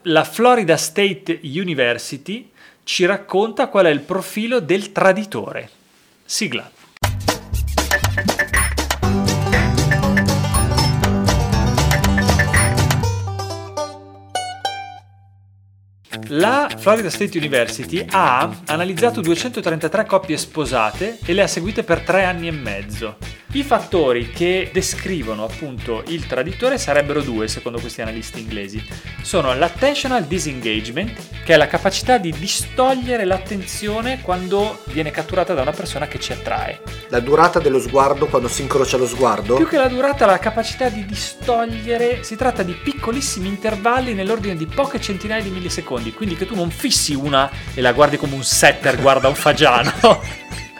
la Florida State University ci racconta qual è il profilo del traditore. Sigla. La Florida State University ha analizzato 233 coppie sposate e le ha seguite per 3 anni e mezzo. I fattori che descrivono appunto il traditore sarebbero 2 secondo questi analisti inglesi. Sono l'attentional disengagement, che è la capacità di distogliere l'attenzione quando viene catturata da una persona che ci attrae. La durata dello sguardo quando si incrocia lo sguardo? Più che la durata, la capacità di distogliere, si tratta di piccolissimi intervalli nell'ordine di poche centinaia di millisecondi, quindi che tu non fissi una e la guardi come un setter guarda un fagiano.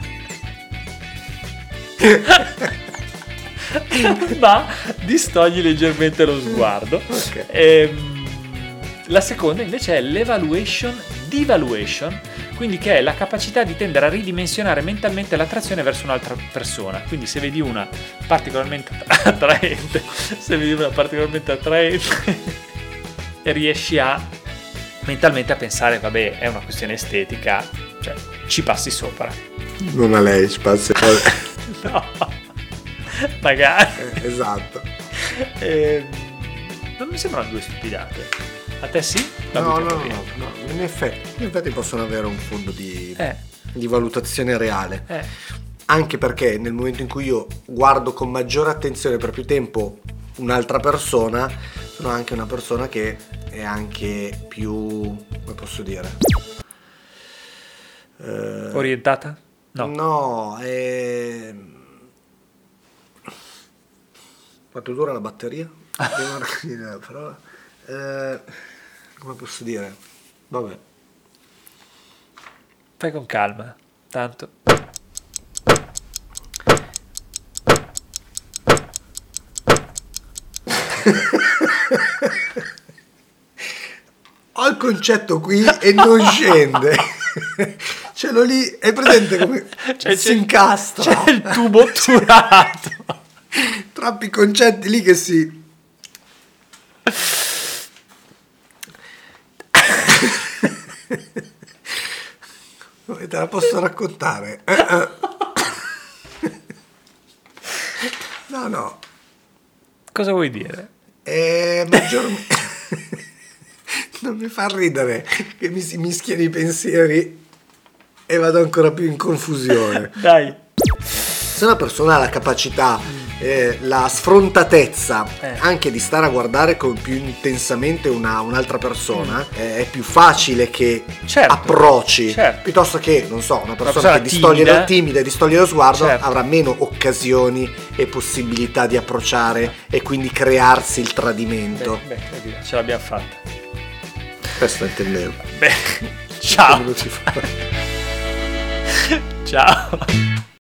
Ma distogli leggermente lo sguardo. Okay. La seconda invece è l'evaluation devaluation, quindi che è la capacità di tendere a ridimensionare mentalmente l'attrazione verso un'altra persona. Quindi se vedi una particolarmente attraente riesci a mentalmente a pensare vabbè, è una questione estetica, cioè ci passi sopra. Non a lei ci passi. No, magari. Esatto. Non mi sembrano 2 stupidate. A te sì? No, in effetti possono avere un fondo di valutazione reale. Anche perché nel momento in cui io guardo con maggiore attenzione per più tempo un'altra persona, sono anche una persona che è anche più, come posso dire, orientata? No, quanto dura la batteria? Però, come posso dire? Vabbè. Fai con calma, tanto. Ho il concetto qui e non scende. Ce l'ho lì, è presente come si incastra. C'è il tubo otturato. Troppi concetti lì che si... Te la posso raccontare? No. Cosa vuoi dire? Maggiormente... Non mi fa ridere che mi si mischiano i pensieri e vado ancora più in confusione. Dai. Se una persona ha la capacità, la sfrontatezza anche di stare a guardare più intensamente un'altra persona, è più facile che approcci, piuttosto che, non so, una persona che timida e distoglie lo sguardo, avrà meno occasioni e possibilità di approcciare e quindi crearsi il tradimento. Beh, ce l'abbiamo fatta. Questo intendevo. Beh, ciao. Minuti fa. Ciao.